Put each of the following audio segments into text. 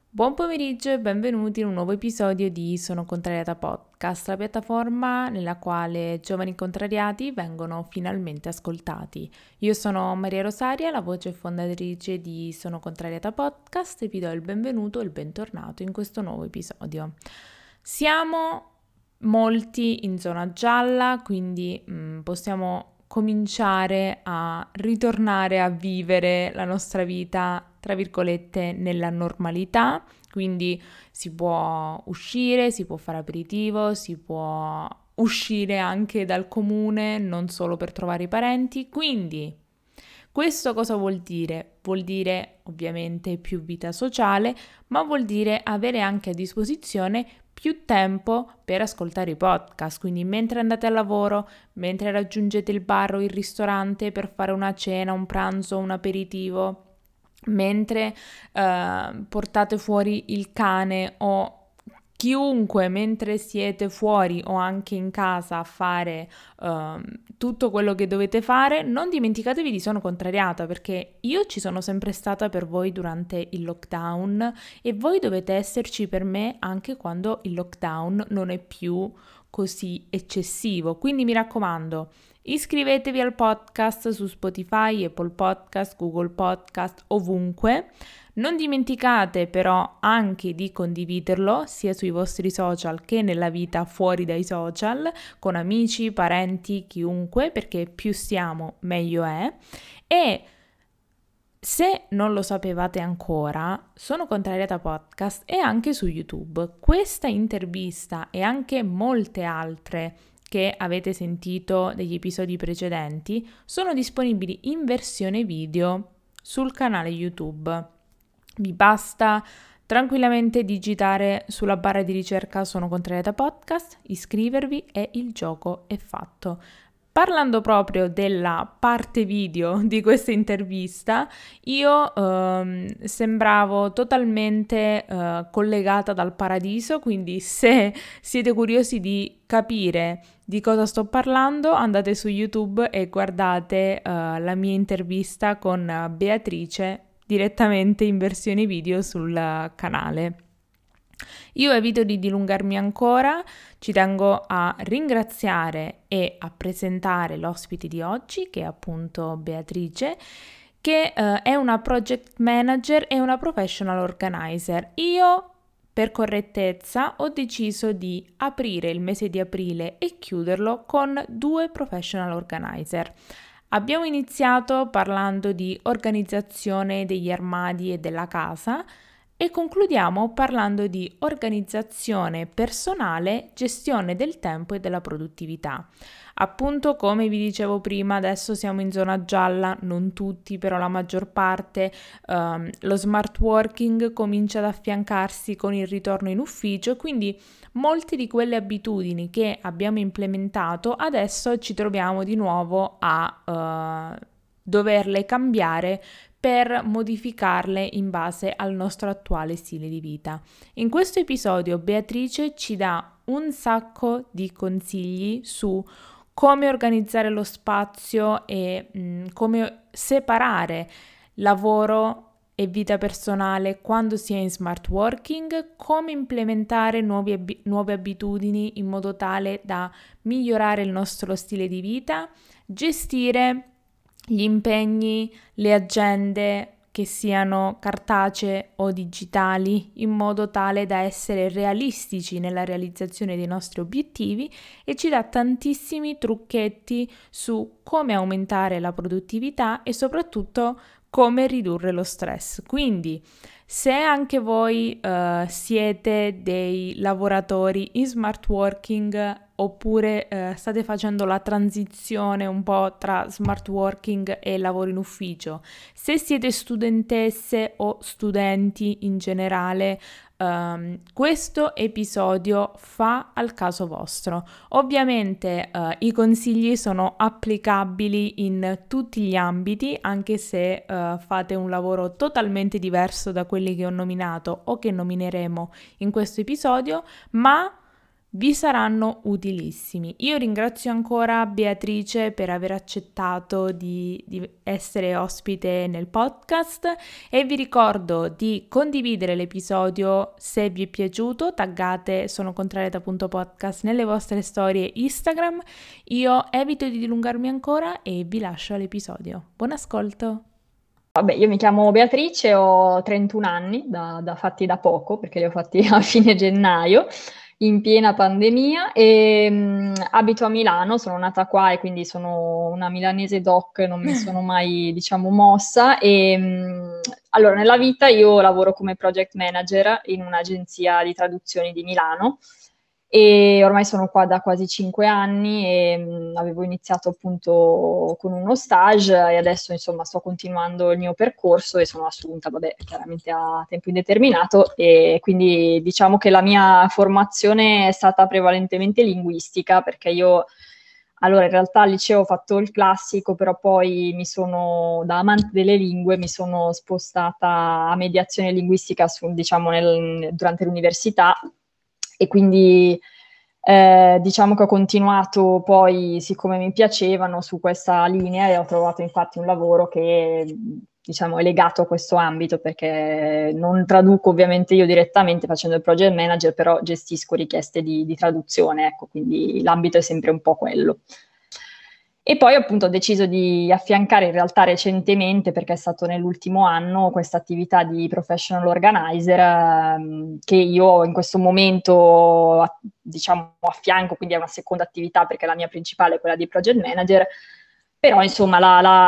Buon pomeriggio e benvenuti in un nuovo episodio di Sono Contrariata Podcast, la piattaforma nella quale giovani contrariati vengono finalmente ascoltati. Io sono Maria Rosaria, la voce fondatrice di Sono Contrariata Podcast e vi do il benvenuto e il bentornato in questo nuovo episodio. Siamo molti in zona gialla, quindi possiamo cominciare a ritornare a vivere la nostra vita, tra virgolette, nella normalità, quindi si può uscire, si può fare aperitivo, si può uscire anche dal comune, non solo per trovare i parenti, quindi questo cosa vuol dire? Vuol dire ovviamente più vita sociale, ma vuol dire avere anche a disposizione più tempo per ascoltare i podcast, quindi mentre andate al lavoro, mentre raggiungete il bar o il ristorante per fare una cena, un pranzo, un aperitivo, mentre portate fuori il cane o chiunque mentre siete fuori o anche in casa a fare tutto quello che dovete fare, non dimenticatevi di Sono Contrariata, perché io ci sono sempre stata per voi durante il lockdown e voi dovete esserci per me anche quando il lockdown non è più così eccessivo. Quindi mi raccomando, iscrivetevi al podcast su Spotify, Apple Podcast, Google Podcast, ovunque. Non dimenticate però anche di condividerlo sia sui vostri social che nella vita fuori dai social, con amici, parenti, chiunque, perché più siamo meglio è. E se non lo sapevate ancora, Sono Contrariata Podcast è anche su YouTube. Questa intervista e anche molte altre che avete sentito degli episodi precedenti sono disponibili in versione video sul canale YouTube. Vi basta tranquillamente digitare sulla barra di ricerca Sono Contrariata Podcast, iscrivervi e il gioco è fatto. Parlando proprio della parte video di questa intervista, io sembravo totalmente collegata dal paradiso, quindi se siete curiosi di capire di cosa sto parlando, andate su YouTube e guardate la mia intervista con Beatrice direttamente in versione video sul canale. Io evito di dilungarmi ancora, ci tengo a ringraziare e a presentare l'ospite di oggi, che è appunto Beatrice, che è una project manager e una professional organizer. Io, per correttezza, ho deciso di aprire il mese di aprile e chiuderlo con 2 professional organizer. Abbiamo iniziato parlando di organizzazione degli armadi e della casa e concludiamo parlando di organizzazione personale, gestione del tempo e della produttività. Appunto, come vi dicevo prima, adesso siamo in zona gialla, non tutti, però la maggior parte. Lo smart working comincia ad affiancarsi con il ritorno in ufficio, quindi molte di quelle abitudini che abbiamo implementato adesso ci troviamo di nuovo a doverle cambiare per modificarle in base al nostro attuale stile di vita. In questo episodio Beatrice ci dà un sacco di consigli su come organizzare lo spazio e come separare lavoro e vita personale quando si è in smart working, come implementare nuove abitudini in modo tale da migliorare il nostro stile di vita, gestire gli impegni, le agende che siano cartacee o digitali in modo tale da essere realistici nella realizzazione dei nostri obiettivi e ci dà tantissimi trucchetti su come aumentare la produttività e soprattutto come ridurre lo stress. Quindi, se anche voi siete dei lavoratori in smart working oppure state facendo la transizione un po' tra smart working e lavoro in ufficio, se siete studentesse o studenti in generale, questo episodio fa al caso vostro. Ovviamente i consigli sono applicabili in tutti gli ambiti, anche se fate un lavoro totalmente diverso da quelli che ho nominato o che nomineremo in questo episodio, ma vi saranno utilissimi. Io ringrazio ancora Beatrice per aver accettato di essere ospite nel podcast e vi ricordo di condividere l'episodio se vi è piaciuto, taggate sonocontrariata.podcast nelle vostre storie Instagram. Io evito di dilungarmi ancora e vi lascio all'episodio. Buon ascolto! Vabbè, io mi chiamo Beatrice, ho 31 anni, fatti da poco, perché li ho fatti a fine gennaio, in piena pandemia, e abito a Milano, sono nata qua e quindi sono una milanese doc, non mi sono mai, diciamo, mossa. Allora, nella vita io lavoro come project manager in un'agenzia di traduzioni di Milano, e ormai sono qua da quasi 5 anni e avevo iniziato appunto con uno stage e adesso insomma sto continuando il mio percorso e sono assunta, vabbè, chiaramente a tempo indeterminato, e quindi diciamo che la mia formazione è stata prevalentemente linguistica, perché io allora in realtà al liceo ho fatto il classico, però poi da amante delle lingue mi sono spostata a mediazione linguistica diciamo durante l'università, e quindi diciamo che ho continuato poi, siccome mi piacevano, su questa linea, e ho trovato infatti un lavoro che diciamo è legato a questo ambito, perché non traduco ovviamente io direttamente facendo il project manager, però gestisco richieste di traduzione, ecco, quindi l'ambito è sempre un po' quello. E poi appunto ho deciso di affiancare in realtà recentemente, perché è stato nell'ultimo anno, questa attività di professional organizer che io in questo momento diciamo affianco, quindi è una seconda attività perché la mia principale è quella di project manager, però insomma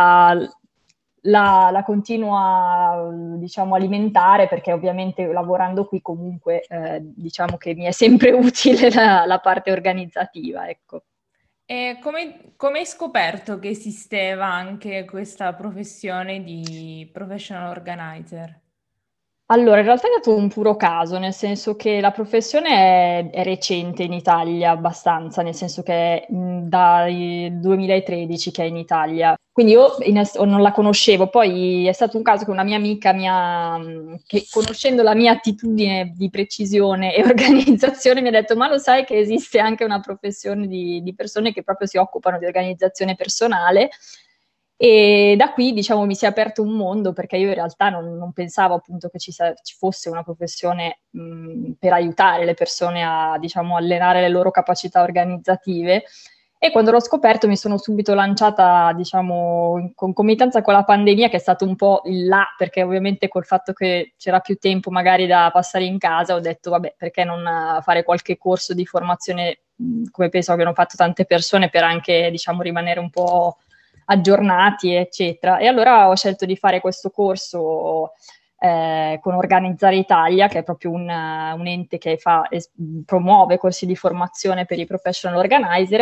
la continuo a diciamo alimentare, perché ovviamente lavorando qui comunque diciamo che mi è sempre utile la parte organizzativa, ecco. E come hai scoperto che esisteva anche questa professione di professional organizer? Allora, in realtà è stato un puro caso, nel senso che la professione è recente in Italia abbastanza, nel senso che è dal 2013 che è in Italia. Quindi io non la conoscevo, poi è stato un caso che una mia amica che conoscendo la mia attitudine di precisione e organizzazione mi ha detto: ma lo sai che esiste anche una professione di persone che proprio si occupano di organizzazione personale? E da qui, diciamo, mi si è aperto un mondo, perché io in realtà non pensavo appunto che ci fosse una professione per aiutare le persone a, diciamo, allenare le loro capacità organizzative. E quando l'ho scoperto mi sono subito lanciata, diciamo, in concomitanza con la pandemia, che è stato un po' il là, perché ovviamente col fatto che c'era più tempo magari da passare in casa, ho detto, vabbè, perché non fare qualche corso di formazione, come penso abbiano fatto tante persone, per anche, diciamo, rimanere un po' aggiornati, eccetera. E allora ho scelto di fare questo corso con Organizzare Italia, che è proprio un ente che promuove corsi di formazione per i professional organizer.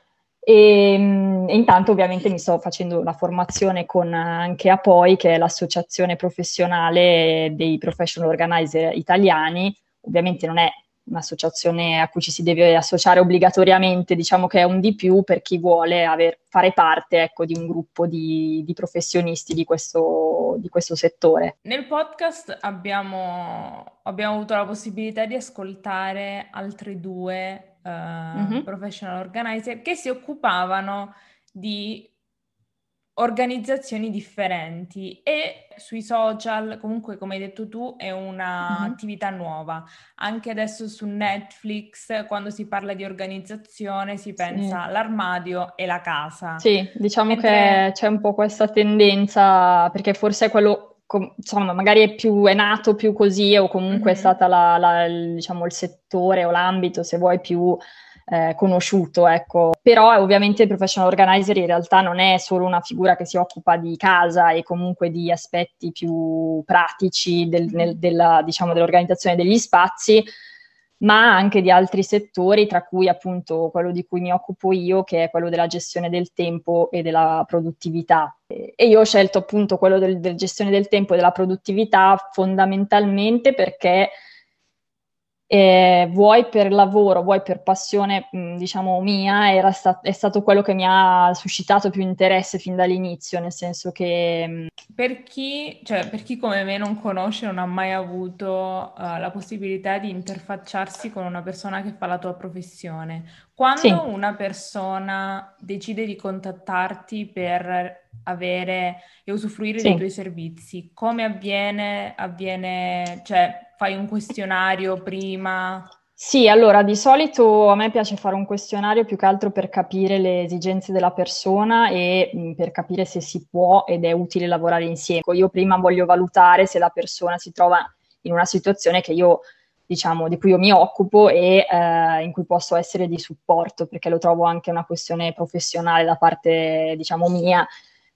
E intanto ovviamente mi sto facendo una formazione con anche APOI, che è l'associazione professionale dei professional organizer italiani. Ovviamente non è un'associazione a cui ci si deve associare obbligatoriamente, diciamo che è un di più per chi vuole fare parte, ecco, di un gruppo di professionisti di questo settore. Nel podcast abbiamo avuto la possibilità di ascoltare altri due professional organizer che si occupavano di organizzazioni differenti, e sui social, comunque come hai detto tu, è un'attività nuova. Anche adesso su Netflix, quando si parla di organizzazione, si pensa all'armadio e la casa. Sì, diciamo che c'è un po' questa tendenza, perché forse è quello, insomma, magari è nato più così, o comunque è stata diciamo, il settore o l'ambito, se vuoi, più conosciuto, ecco. Però ovviamente il professional organizer in realtà non è solo una figura che si occupa di casa e comunque di aspetti più pratici diciamo, dell'organizzazione degli spazi, ma anche di altri settori, tra cui appunto quello di cui mi occupo io, che è quello della gestione del tempo e della produttività. E io ho scelto appunto quello della gestione del tempo e della produttività fondamentalmente perché Vuoi per lavoro, vuoi per passione, diciamo mia, è stato quello che mi ha suscitato più interesse fin dall'inizio, nel senso che Per chi come me non conosce, non ha mai avuto la possibilità di interfacciarsi con una persona che fa la tua professione, quando sì. una persona decide di contattarti per avere e usufruire dei Sì. tuoi servizi, come avviene? Cioè, fai un questionario prima? Sì, allora di solito a me piace fare un questionario più che altro per capire le esigenze della persona e per capire se si può ed è utile lavorare insieme. Io prima voglio valutare se la persona si trova in una situazione che io, diciamo, di cui io mi occupo e in cui posso essere di supporto, perché lo trovo anche una questione professionale da parte, diciamo, mia,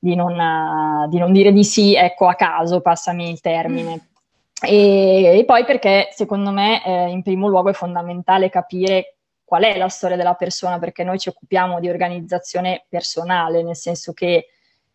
di non dire di sì, ecco, a caso, passami il termine. E poi perché secondo me in primo luogo è fondamentale capire qual è la storia della persona, perché noi ci occupiamo di organizzazione personale, nel senso che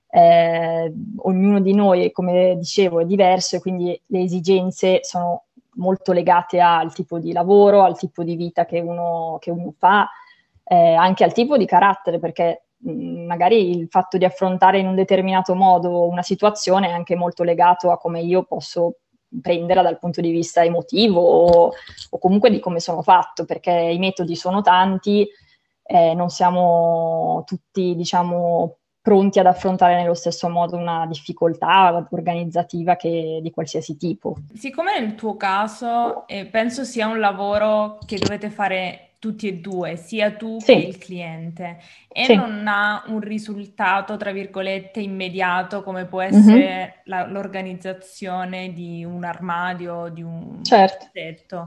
ognuno di noi, come dicevo, è diverso e quindi le esigenze sono molto legate al tipo di lavoro, al tipo di vita che uno fa, anche al tipo di carattere, perché magari il fatto di affrontare in un determinato modo una situazione è anche molto legato a come io posso prenderla dal punto di vista emotivo o comunque di come sono fatto, perché i metodi sono tanti, non siamo tutti, diciamo, pronti ad affrontare nello stesso modo una difficoltà organizzativa che, di qualsiasi tipo. Siccome nel tuo caso penso sia un lavoro che dovete fare tutti e due, sia tu che Sì, il cliente, e sì. non ha un risultato, tra virgolette, immediato come può Mhm. essere l'organizzazione di un armadio, di un Certo. tetto,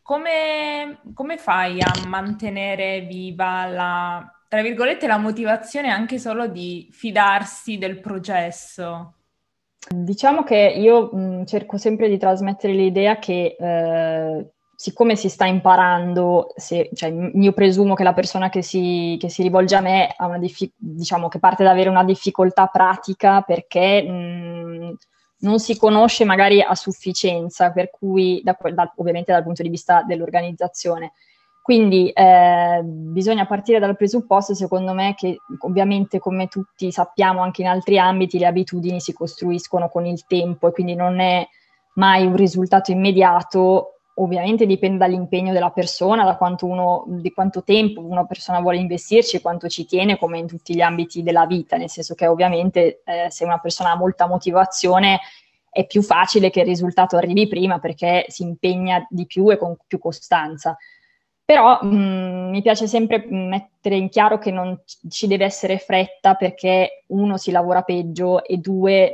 come fai a mantenere viva tra virgolette, la motivazione anche solo di fidarsi del processo? Diciamo che io cerco sempre di trasmettere l'idea che siccome si sta imparando, cioè, io presumo che la persona che si rivolge a me ha diciamo che parte da avere una difficoltà pratica perché non si conosce magari a sufficienza, per cui ovviamente dal punto di vista dell'organizzazione. Quindi bisogna partire dal presupposto, secondo me, che ovviamente come tutti sappiamo anche in altri ambiti le abitudini si costruiscono con il tempo e quindi non è mai un risultato immediato. Ovviamente dipende dall'impegno della persona, di quanto tempo una persona vuole investirci e quanto ci tiene, come in tutti gli ambiti della vita, nel senso che ovviamente se una persona ha molta motivazione è più facile che il risultato arrivi prima perché si impegna di più e con più costanza. Però mi piace sempre mettere in chiaro che non ci deve essere fretta perché uno si lavora peggio e due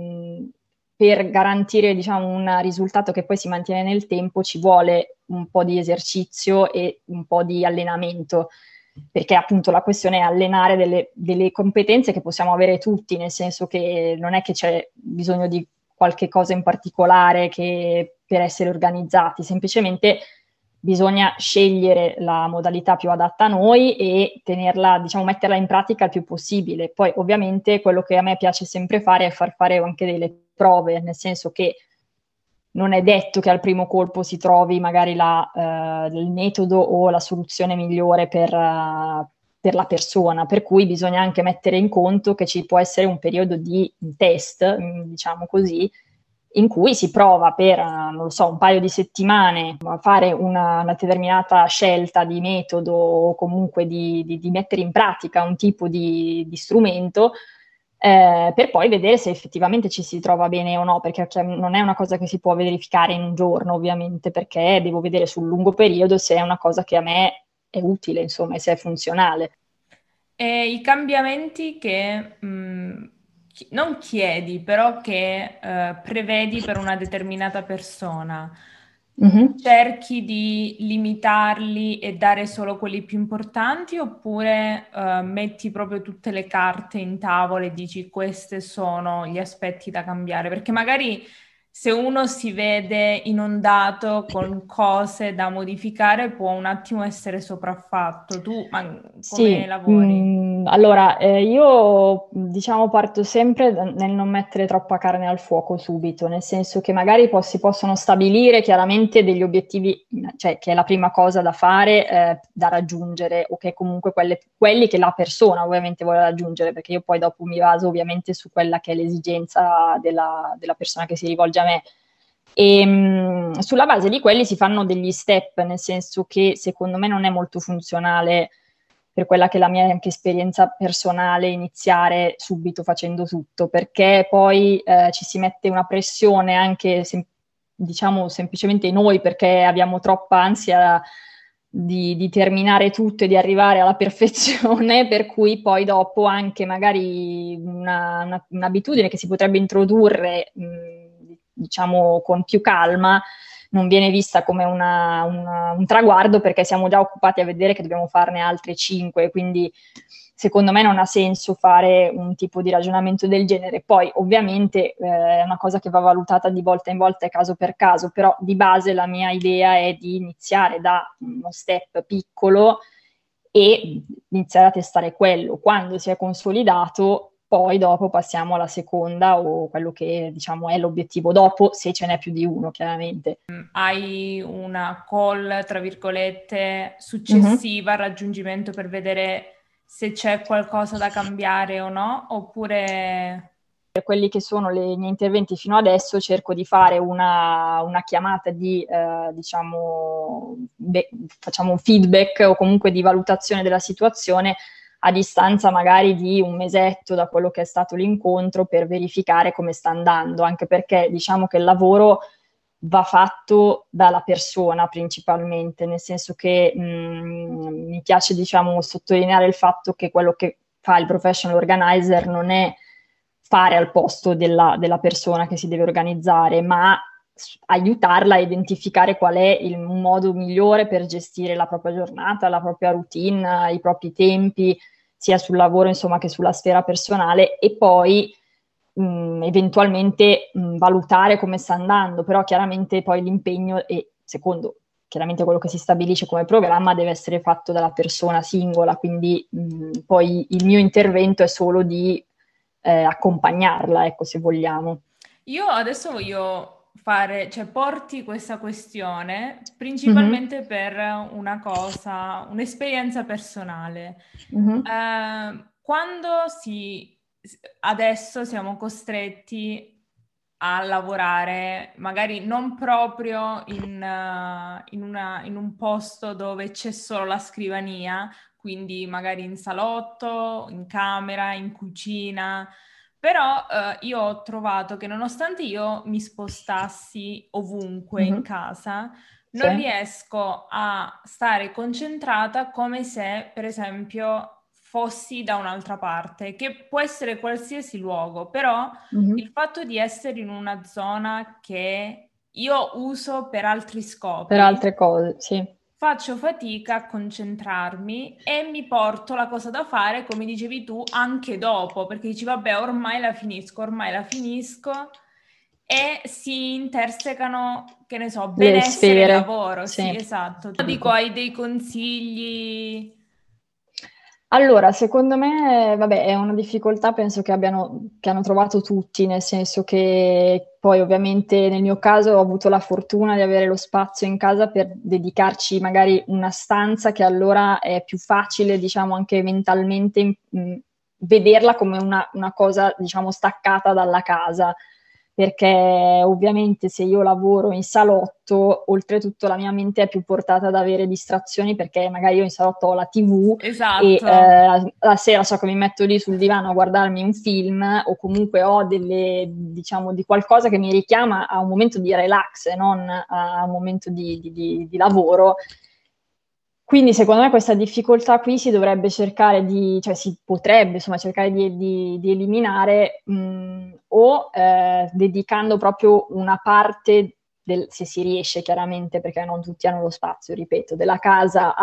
per garantire diciamo, un risultato che poi si mantiene nel tempo ci vuole un po' di esercizio e un po' di allenamento perché appunto la questione è allenare delle competenze che possiamo avere tutti, nel senso che non è che c'è bisogno di qualche cosa in particolare per essere organizzati, semplicemente bisogna scegliere la modalità più adatta a noi e tenerla, diciamo, metterla in pratica il più possibile. Poi ovviamente quello che a me piace sempre fare è far fare anche delle prove, nel senso che non è detto che al primo colpo si trovi magari il metodo o la soluzione migliore per la persona, per cui bisogna anche mettere in conto che ci può essere un periodo di test, diciamo così, in cui si prova per, non lo so, un paio di settimane a fare una determinata scelta di metodo o comunque di mettere in pratica un tipo di strumento per poi vedere se effettivamente ci si trova bene o no, perché cioè, non è una cosa che si può verificare in un giorno, ovviamente, perché devo vedere sul lungo periodo se è una cosa che a me è utile, insomma, e se è funzionale. E i cambiamenti che non chiedi, però che prevedi per una determinata persona, Mhm. cerchi di limitarli e dare solo quelli più importanti oppure metti proprio tutte le carte in tavola e dici questi sono gli aspetti da cambiare? Perché magari se uno si vede inondato con cose da modificare, può un attimo essere sopraffatto. Tu, ma come Sì, lavori? allora io diciamo parto sempre nel non mettere troppa carne al fuoco subito, nel senso che magari si possono stabilire chiaramente degli obiettivi, cioè che è la prima cosa da fare, da raggiungere, o che comunque quelli che la persona ovviamente vuole raggiungere, perché io poi dopo mi baso ovviamente su quella che è l'esigenza della persona che si rivolge a me. E sulla base di quelli si fanno degli step, nel senso che secondo me non è molto funzionale per quella che è la mia anche esperienza personale iniziare subito facendo tutto, perché poi ci si mette una pressione anche, diciamo, semplicemente noi, perché abbiamo troppa ansia di terminare tutto e di arrivare alla perfezione, per cui poi dopo anche magari un'abitudine che si potrebbe introdurre, diciamo, con più calma, non viene vista come un traguardo, perché siamo già occupati a vedere che dobbiamo farne altre 5, quindi secondo me non ha senso fare un tipo di ragionamento del genere. Poi ovviamente è una cosa che va valutata di volta in volta e caso per caso, però di base la mia idea è di iniziare da uno step piccolo e iniziare a testare quello. Quando si è consolidato, poi dopo passiamo alla seconda, o quello che diciamo è l'obiettivo dopo, se ce n'è più di uno, chiaramente. Hai una call, tra virgolette, Mhm. successiva al raggiungimento per vedere se c'è qualcosa da cambiare o no? Oppure... Per quelli che sono i miei interventi fino adesso, cerco di fare una chiamata di, diciamo, facciamo un feedback o comunque di valutazione della situazione a distanza magari di un mesetto da quello che è stato l'incontro, per verificare come sta andando, anche perché diciamo che il lavoro va fatto dalla persona principalmente, nel senso che mi piace, diciamo, sottolineare il fatto che quello che fa il professional organizer non è fare al posto della persona che si deve organizzare, ma aiutarla a identificare qual è il modo migliore per gestire la propria giornata, la propria routine, i propri tempi, sia sul lavoro, insomma, che sulla sfera personale, e poi eventualmente valutare come sta andando, però chiaramente poi l'impegno, e secondo chiaramente quello che si stabilisce come programma, deve essere fatto dalla persona singola, quindi poi il mio intervento è solo di accompagnarla, ecco, se vogliamo. Io adesso voglio fare, cioè porti questa questione Mhm, principalmente per una cosa, un'esperienza personale. mhm, Quando adesso siamo costretti a lavorare, magari non proprio in un posto dove c'è solo la scrivania, quindi magari in salotto, in camera, in cucina. Però io ho trovato che nonostante io mi spostassi ovunque in mhm. casa, Sì. non riesco a stare concentrata come se, per esempio, fossi da un'altra parte, che può essere qualsiasi luogo, però il Mhm. fatto di essere in una zona che io uso per altri Per scopi, altre cose, sì. faccio fatica a concentrarmi e mi porto la cosa da fare, come dicevi tu, anche dopo, perché dici, vabbè, ormai la finisco, e si intersecano, che ne so, Le benessere e sfere, lavoro, sì, sì. esatto. Dico, hai dei consigli? Allora, secondo me, vabbè, è una difficoltà, penso che hanno trovato tutti, nel senso che poi ovviamente nel mio caso ho avuto la fortuna di avere lo spazio in casa per dedicarci magari una stanza, che allora è più facile, diciamo, anche mentalmente vederla come una cosa, diciamo, staccata dalla casa, perché ovviamente se io lavoro in salotto, oltretutto la mia mente è più portata ad avere distrazioni, perché magari io in salotto ho la TV e Esatto. la sera so che mi metto lì sul divano a guardarmi un film, o comunque ho delle, diciamo, di qualcosa che mi richiama a un momento di relax e non a un momento di lavoro. Quindi secondo me questa difficoltà qui si dovrebbe cercare cioè si potrebbe insomma cercare di eliminare, o dedicando proprio una parte se si riesce chiaramente, perché non tutti hanno lo spazio, ripeto, della casa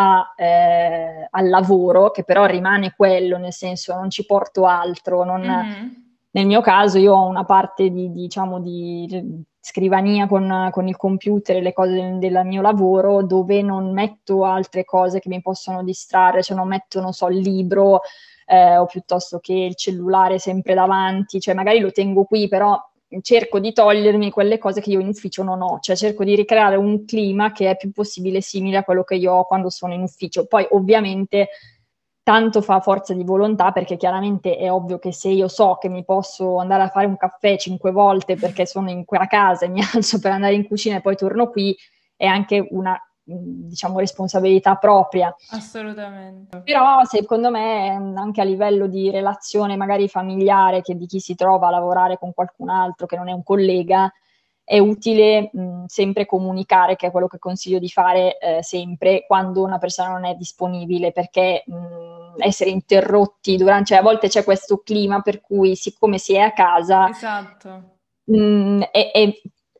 al lavoro, che però rimane quello, nel senso non ci porto altro. Mhm. Nel mio caso io ho una parte diciamo, scrivania con il computer e le cose del mio lavoro, dove non metto altre cose che mi possono distrarre, cioè non metto, non so, il libro o piuttosto che il cellulare sempre davanti, cioè magari lo tengo qui, però cerco di togliermi quelle cose che io in ufficio non ho, cioè cerco di ricreare un clima che è più possibile simile a quello che io ho quando sono in ufficio. Poi ovviamente tanto fa forza di volontà, perché chiaramente è ovvio che se io so che mi posso andare a fare un caffè 5 volte perché sono in quella casa e mi alzo per andare in cucina e poi torno qui, è anche una, diciamo, responsabilità propria. Assolutamente. Però secondo me anche a livello di relazione magari familiare, che di chi si trova a lavorare con qualcun altro che non è un collega, è utile sempre comunicare, che è quello che consiglio di fare sempre quando una persona non è disponibile, perché essere interrotti durante, cioè a volte c'è questo clima per cui siccome si è a casa Esatto. mh, è, è-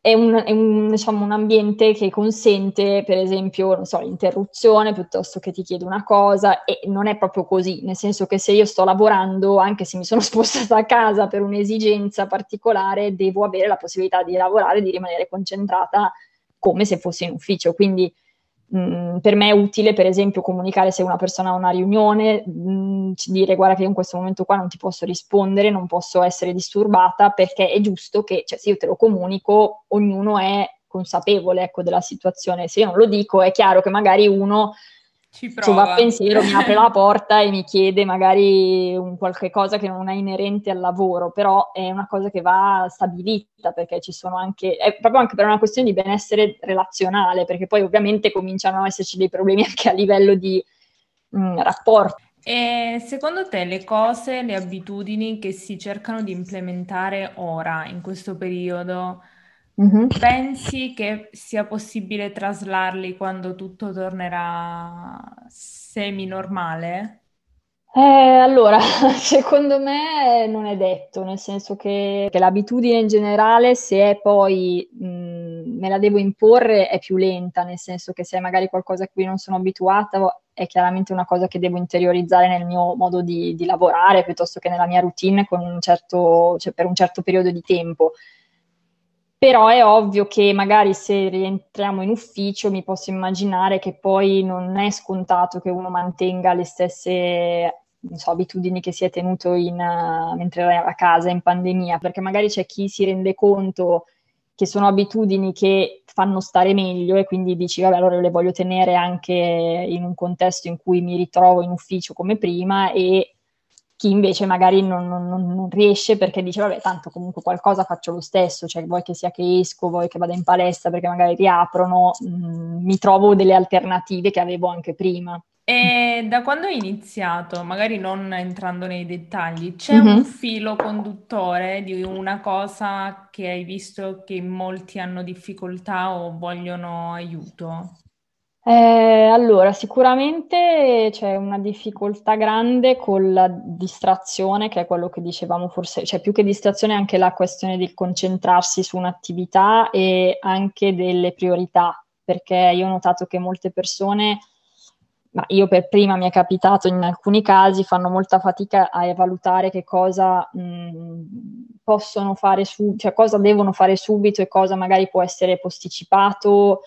diciamo, un ambiente che consente, per esempio, non so, l'interruzione piuttosto che ti chiedo una cosa, e non è proprio così, nel senso che se io sto lavorando, anche se mi sono spostata a casa per un'esigenza particolare, devo avere la possibilità di lavorare, di rimanere concentrata come se fossi in ufficio. Quindi per me è utile, per esempio, comunicare se una persona ha una riunione, dire guarda che io in questo momento qua non ti posso rispondere, non posso essere disturbata, perché è giusto che, cioè, se io te lo comunico, ognuno è consapevole, ecco, della situazione. Se io non lo dico, è chiaro che magari uno Ci suo va prova. pensiero mi apre la porta e mi chiede magari un qualche cosa che non è inerente al lavoro, però è una cosa che va stabilita, perché ci sono anche, è proprio anche per una questione di benessere relazionale, perché poi ovviamente cominciano ad esserci dei problemi anche a livello di rapporti. E secondo te le cose, le abitudini che si cercano di implementare ora, in questo periodo, Mhm. pensi che sia possibile traslarli quando tutto tornerà semi-normale? Allora, secondo me non è detto, nel senso che l'abitudine in generale, se è poi me la devo imporre, è più lenta, nel senso che se è magari qualcosa a cui non sono abituata, è chiaramente una cosa che devo interiorizzare nel mio modo di lavorare, piuttosto che nella mia routine con un certo, cioè per un certo periodo di tempo. Però è ovvio che magari se rientriamo in ufficio mi posso immaginare che poi non è scontato che uno mantenga le stesse, non so, abitudini che si è tenuto mentre era a casa in pandemia, perché magari c'è chi si rende conto che sono abitudini che fanno stare meglio e quindi dici, vabbè, allora le voglio tenere anche in un contesto in cui mi ritrovo in ufficio come prima, e chi invece magari non riesce perché dice, vabbè, tanto comunque qualcosa faccio lo stesso, cioè vuoi che sia che esco, vuoi che vada in palestra perché magari riaprono, mi trovo delle alternative che avevo anche prima. E da quando hai iniziato, magari non entrando nei dettagli, c'è un Mhm. filo conduttore di una cosa che hai visto che molti hanno difficoltà o vogliono aiuto? Allora, sicuramente c'è una difficoltà grande con la distrazione, che è quello che dicevamo forse, cioè più che distrazione anche la questione di concentrarsi su un'attività e anche delle priorità, perché io ho notato che molte persone, ma io per prima mi è capitato in alcuni casi, fanno molta fatica a valutare che cosa possono fare cioè cosa devono fare subito e cosa magari può essere posticipato,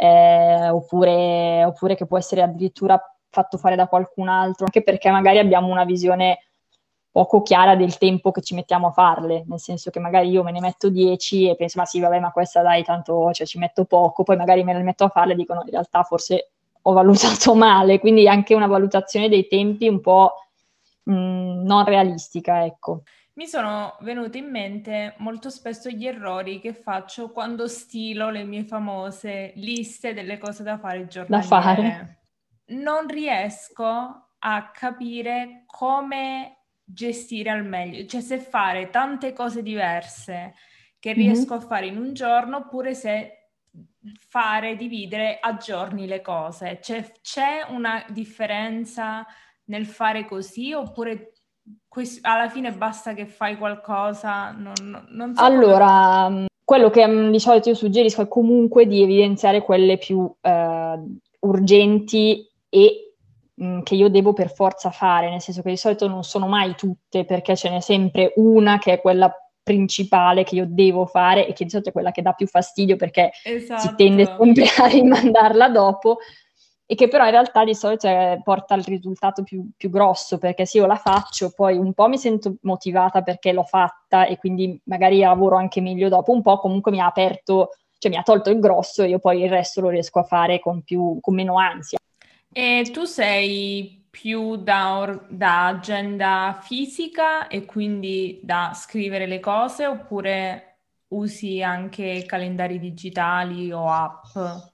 oppure che può essere addirittura fatto fare da qualcun altro, anche perché magari abbiamo una visione poco chiara del tempo che ci mettiamo a farle, nel senso che magari io me ne metto 10 e penso, ma sì, vabbè, ma questa dai, tanto cioè, ci metto poco, poi magari me ne metto a farle e dico, no, in realtà forse ho valutato male, quindi anche una valutazione dei tempi un po' non realistica, ecco. Mi sono venuti in mente molto spesso gli errori che faccio quando stilo le mie famose liste delle cose da fare Da fare. giornaliere. Non riesco a capire come gestire al meglio, cioè se fare tante cose diverse che riesco Mhm. a fare in un giorno oppure se fare, dividere a giorni le cose. C'è una differenza nel fare così oppure alla fine basta che fai qualcosa? Non so come... Allora, quello che di solito io suggerisco è comunque di evidenziare quelle più urgenti e che io devo per forza fare, nel senso che di solito non sono mai tutte, perché ce n'è sempre una che è quella principale che io devo fare e che di solito è quella che dà più fastidio perché si tende Esatto. sempre a rimandarla dopo e che però in realtà di solito porta al risultato più grosso, perché se io la faccio poi un po' mi sento motivata perché l'ho fatta e quindi magari lavoro anche meglio dopo, un po' comunque mi ha aperto, cioè mi ha tolto il grosso e io poi il resto lo riesco a fare con meno ansia. E tu sei più da agenda fisica e quindi da scrivere le cose oppure usi anche calendari digitali o app?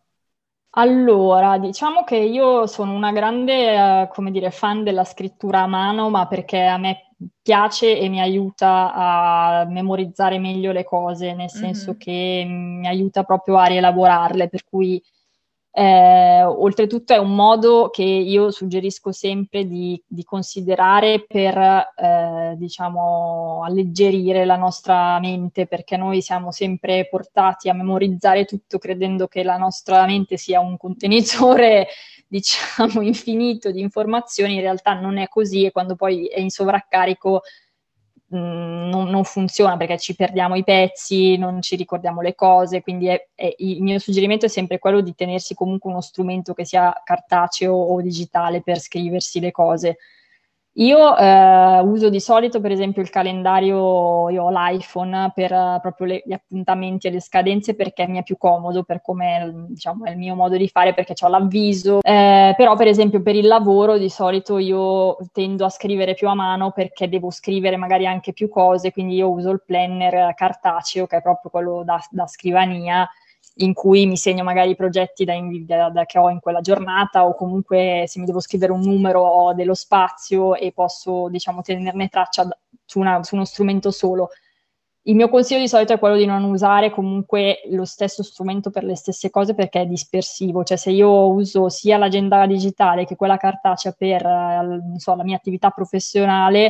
Allora, diciamo che io sono una grande, come dire, fan della scrittura a mano, ma perché a me piace e mi aiuta a memorizzare meglio le cose, nel senso Mhm. che mi aiuta proprio a rielaborarle, per cui oltretutto è un modo che io suggerisco sempre di considerare per, diciamo, alleggerire la nostra mente, perché noi siamo sempre portati a memorizzare tutto credendo che la nostra mente sia un contenitore, diciamo, infinito di informazioni. In realtà non è così e quando poi è in sovraccarico non funziona perché ci perdiamo i pezzi, non ci ricordiamo le cose, quindi il mio suggerimento è sempre quello di tenersi comunque uno strumento che sia cartaceo o digitale per scriversi le cose. Io uso di solito, per esempio, il calendario, io ho l'iPhone per proprio gli appuntamenti e le scadenze perché mi è più comodo, per come diciamo, è il mio modo di fare, perché ho l'avviso. Però, per esempio, per il lavoro di solito io tendo a scrivere più a mano perché devo scrivere magari anche più cose, quindi io uso il planner cartaceo, che è proprio quello da scrivania in cui mi segno magari i progetti che ho in quella giornata o comunque se mi devo scrivere un numero ho dello spazio e posso, diciamo, tenerne traccia su uno strumento solo. Il mio consiglio di solito è quello di non usare comunque lo stesso strumento per le stesse cose perché è dispersivo, cioè se io uso sia l'agenda digitale che quella cartacea per, non so, la mia attività professionale,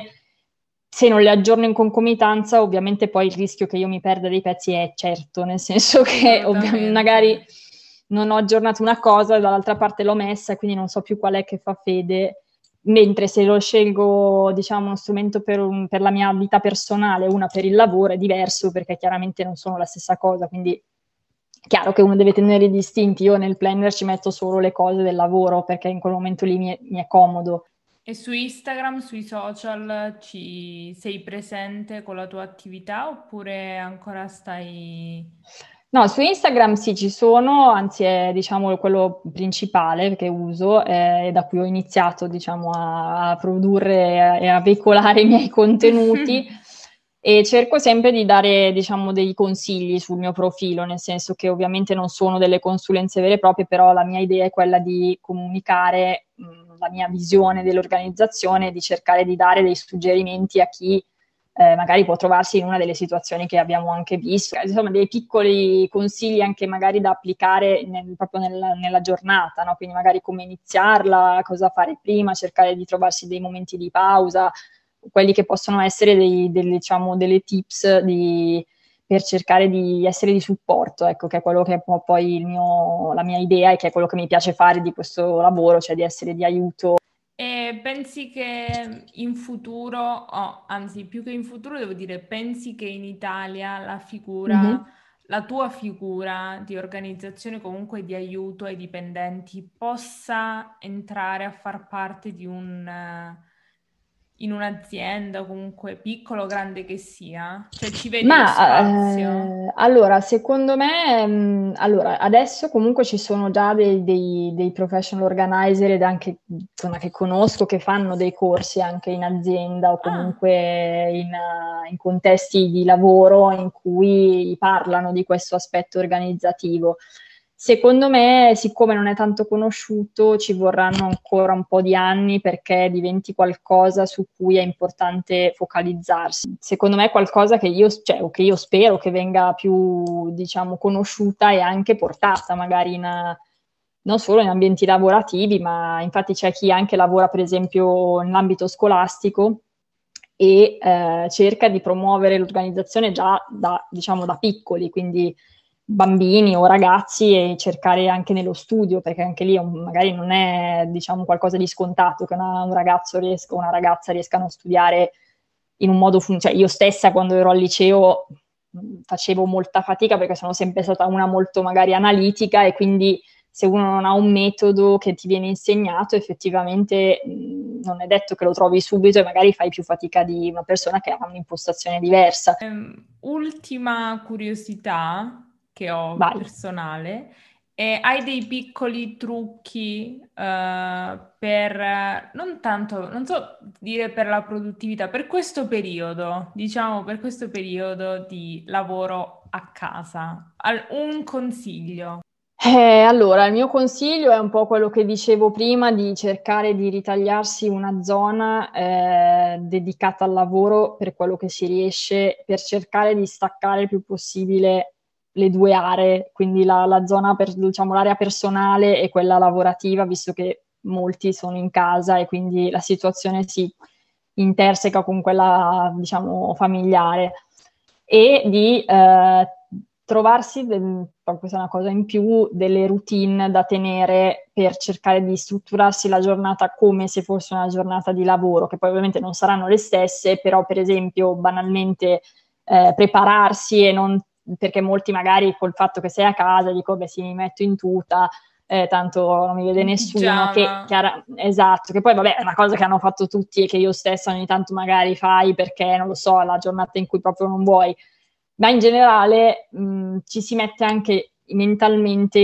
se non le aggiorno in concomitanza, ovviamente poi il rischio che io mi perda dei pezzi è certo, nel senso che Assolutamente. magari non ho aggiornato una cosa, dall'altra parte l'ho messa e quindi non so più qual è che fa fede. Mentre se lo scelgo, diciamo, uno strumento per la mia vita personale, una per il lavoro, è diverso perché chiaramente non sono la stessa cosa, quindi è chiaro che uno deve tenere distinti. Io nel planner ci metto solo le cose del lavoro perché in quel momento lì mi è comodo. E su Instagram, sui social, ci sei presente con la tua attività oppure ancora stai... No, su Instagram sì, ci sono, anzi è diciamo quello principale che uso e da cui ho iniziato diciamo a produrre e a veicolare i miei contenuti e cerco sempre di dare diciamo dei consigli sul mio profilo, nel senso che ovviamente non sono delle consulenze vere e proprie, però la mia idea è quella di comunicare la mia visione dell'organizzazione e di cercare di dare dei suggerimenti a chi magari può trovarsi in una delle situazioni che abbiamo anche visto. Insomma, dei piccoli consigli anche magari da applicare proprio nella giornata, no? Quindi magari come iniziarla, cosa fare prima, cercare di trovarsi dei momenti di pausa, quelli che possono essere diciamo, delle tips per cercare di essere di supporto, ecco, che è quello che è poi la mia idea e che è quello che mi piace fare di questo lavoro, cioè di essere di aiuto. E pensi che in futuro, o anzi più che in futuro devo dire, pensi che in Italia Mhm. la tua figura di organizzazione comunque di aiuto ai dipendenti possa entrare a far parte di in un'azienda, comunque piccola o grande che sia? Cioè ci vedi lo Ma spazio? allora, secondo me, allora, adesso comunque ci sono già dei professional organizer ed anche insomma, che conosco che fanno dei corsi anche in azienda o Ah, comunque in contesti di lavoro in cui parlano di questo aspetto organizzativo. Secondo me, siccome non è tanto conosciuto, ci vorranno ancora un po' di anni perché diventi qualcosa su cui è importante focalizzarsi. Secondo me è qualcosa che cioè, o che io spero che venga più, diciamo, conosciuta e anche portata magari non solo in ambienti lavorativi, ma infatti c'è chi anche lavora, per esempio, nell'ambito scolastico e cerca di promuovere l'organizzazione già diciamo, da piccoli, quindi bambini o ragazzi e cercare anche nello studio, perché anche lì magari non è diciamo, qualcosa di scontato che un ragazzo riesca o una ragazza riescano a studiare in un modo cioè io stessa quando ero al liceo facevo molta fatica perché sono sempre stata una molto magari analitica e quindi se uno non ha un metodo che ti viene insegnato effettivamente non è detto che lo trovi subito e magari fai più fatica di una persona che ha un'impostazione diversa. Ultima curiosità che ho Vai. personale. E hai dei piccoli trucchi per, non tanto, non so dire per la produttività, per questo periodo, diciamo per questo periodo di lavoro a casa? Un consiglio. Allora, il mio consiglio è un po' quello che dicevo prima, di cercare di ritagliarsi una zona dedicata al lavoro per quello che si riesce, per cercare di staccare il più possibile le due aree, quindi la zona per, diciamo, l'area personale e quella lavorativa, visto che molti sono in casa e quindi la situazione si interseca con quella, diciamo, familiare e di trovarsi, questa è una cosa in più, delle routine da tenere per cercare di strutturarsi la giornata come se fosse una giornata di lavoro, che poi ovviamente non saranno le stesse, però per esempio banalmente prepararsi e non, perché molti magari col fatto che sei a casa dico, beh sì, mi metto in tuta, tanto non mi vede In nessuno, pigiama. esatto, che poi vabbè è una cosa che hanno fatto tutti e che io stessa ogni tanto magari fai perché, non lo so, la giornata in cui proprio non vuoi, ma in generale ci si mette anche mentalmente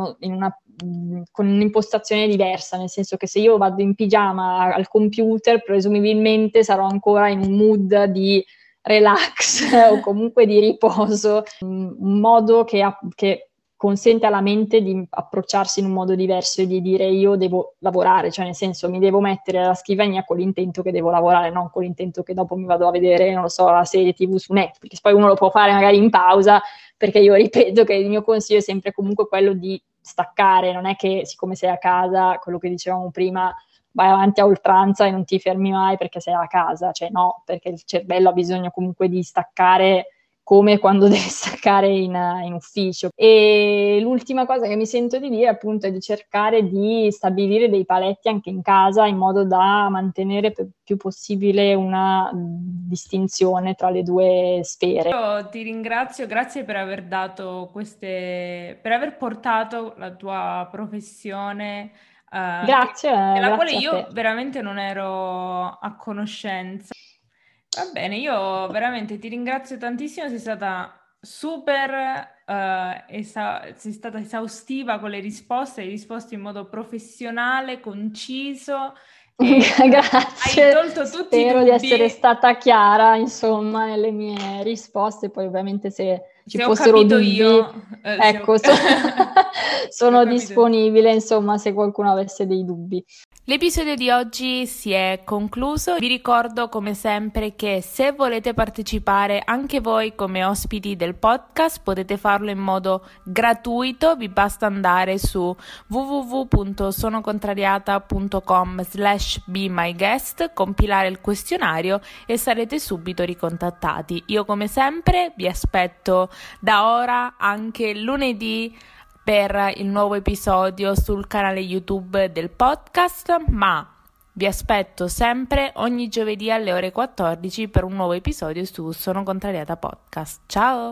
con un'impostazione diversa, nel senso che se io vado in pigiama al computer, presumibilmente sarò ancora in un mood di relax o comunque di riposo, un modo che consente alla mente di approcciarsi in un modo diverso e di dire io devo lavorare, cioè nel senso mi devo mettere alla scrivania con l'intento che devo lavorare, non con l'intento che dopo mi vado a vedere, non lo so, la serie TV su Netflix. Poi uno lo può fare magari in pausa, perché io ripeto che il mio consiglio è sempre comunque quello di staccare, non è che siccome sei a casa, quello che dicevamo prima, vai avanti a oltranza e non ti fermi mai perché sei a casa, cioè no, perché il cervello ha bisogno comunque di staccare come quando deve staccare in ufficio. E l'ultima cosa che mi sento di dire appunto è di cercare di stabilire dei paletti anche in casa in modo da mantenere più possibile una distinzione tra le due sfere. Io ti ringrazio, grazie per aver dato per aver portato la tua professione, Grazie, della quale grazie a te. io veramente non ero a conoscenza. Va bene, io veramente ti ringrazio tantissimo, sei stata super, sei stata esaustiva con le risposte, hai risposto in modo professionale, conciso e hai Grazie, tolto tutti i spero di essere dubbi. stata chiara, insomma, nelle mie risposte. Poi ovviamente se ci Se ho fossero capito dubbi, io, ecco, se ho sono capito io. disponibile, insomma, se qualcuno avesse dei dubbi. L'episodio di oggi si è concluso. Vi ricordo come sempre che se volete partecipare anche voi come ospiti del podcast potete farlo in modo gratuito, vi basta andare su www.sonocontrariata.com/bemyguest, compilare il questionario e sarete subito ricontattati. Io come sempre vi aspetto da ora anche lunedì per il nuovo episodio sul canale YouTube del podcast, ma vi aspetto sempre ogni giovedì alle ore 14 per un nuovo episodio su Sono Contrariata Podcast. Ciao!